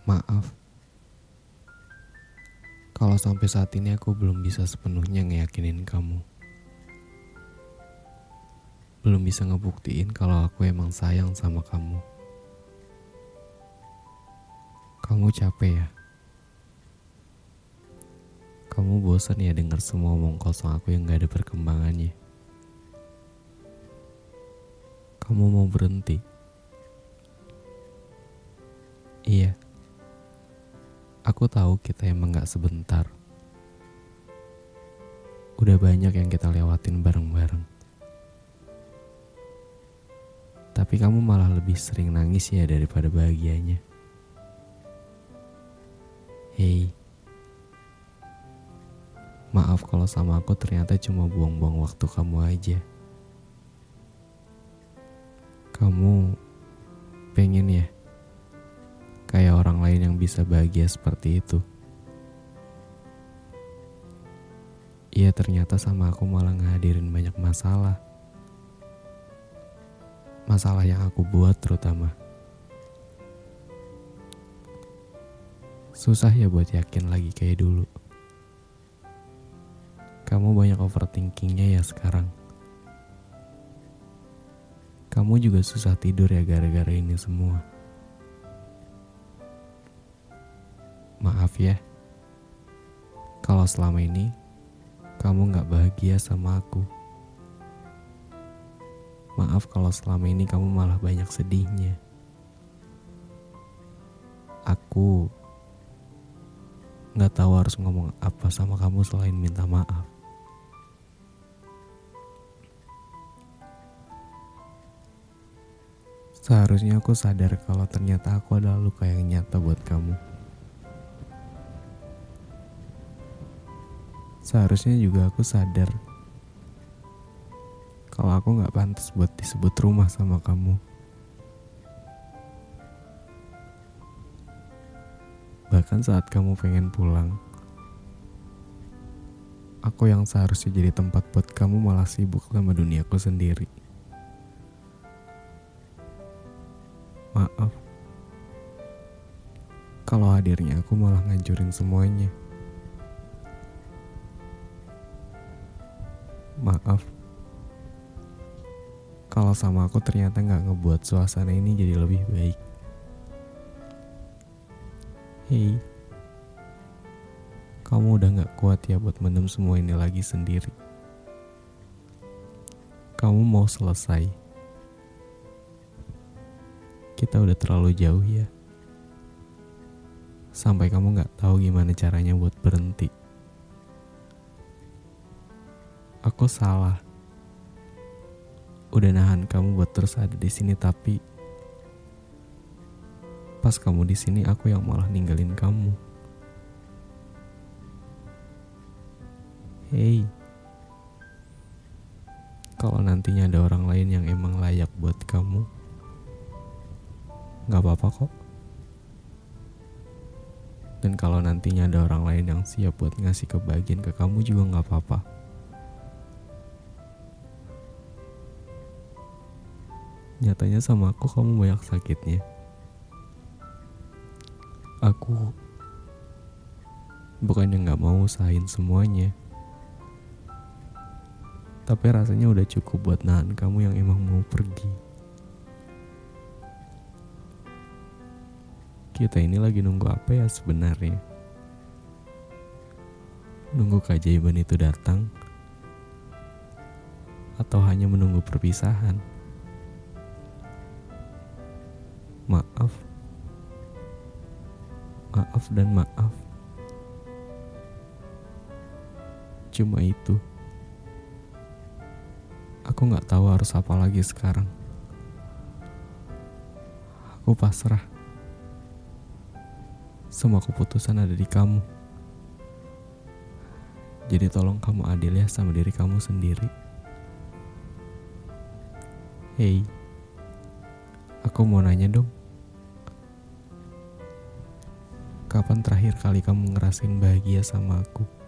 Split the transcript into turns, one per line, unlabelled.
Maaf, kalau sampai saat ini aku belum bisa sepenuhnya ngeyakinin kamu. Belum bisa ngebuktiin kalau aku emang sayang sama kamu. Kamu capek ya? Kamu bosan ya dengar semua omong kosong aku yang gak ada perkembangannya? Kamu mau berhenti? Iya, aku tahu kita emang gak sebentar. Udah banyak yang kita lewatin bareng-bareng. Tapi kamu malah lebih sering nangis ya daripada bahagianya. Hei, maaf kalau sama aku ternyata cuma buang-buang waktu kamu aja. Kamu pengen ya kayak orang lain yang bisa bahagia seperti itu. Iya, ternyata sama aku malah ngehadirin banyak masalah. Masalah yang aku buat terutama. Susah ya buat yakin lagi kayak dulu. Kamu banyak overthinkingnya ya sekarang. Kamu juga susah tidur ya gara-gara ini semua. Maaf ya, kalau selama ini kamu gak bahagia sama aku. Maaf kalau selama ini kamu malah banyak sedihnya. Aku gak tahu harus ngomong apa sama kamu selain minta maaf. Seharusnya aku sadar kalau ternyata aku adalah luka yang nyata buat kamu. Seharusnya juga aku sadar kalau aku gak pantas buat disebut rumah sama kamu. Bahkan saat kamu pengen pulang, aku yang seharusnya jadi tempat buat kamu malah sibuk sama duniaku sendiri. Maaf, kalau hadirnya aku malah ngancurin semuanya. Maaf, kalau sama aku ternyata gak ngebuat suasana ini jadi lebih baik. Hei, kamu udah gak kuat ya buat mendem semua ini lagi sendiri. Kamu mau selesai. Kita udah terlalu jauh ya. Sampai kamu gak tahu gimana caranya buat berhenti. Aku salah. Udah nahan kamu buat terus ada di sini, tapi pas kamu di sini aku yang malah ninggalin kamu. Hei, kalau nantinya ada orang lain yang emang layak buat kamu, gak apa-apa kok. Dan kalau nantinya ada orang lain yang siap buat ngasih kebahagiaan ke kamu juga gak apa-apa. Nyatanya sama aku kamu banyak sakitnya. Aku bukannya gak mau usahain semuanya, tapi rasanya udah cukup buat nahan kamu yang emang mau pergi. Kita ini lagi nunggu apa ya sebenarnya? Nunggu keajaiban itu datang? Atau hanya menunggu perpisahan? Maaf. Maaf dan maaf. Cuma itu. Aku gak tahu harus apa lagi sekarang. Aku pasrah. Semua keputusan ada di kamu. Jadi tolong kamu adil ya sama diri kamu sendiri. Hei, aku mau nanya dong. Kapan terakhir kali kamu ngerasain bahagia sama aku?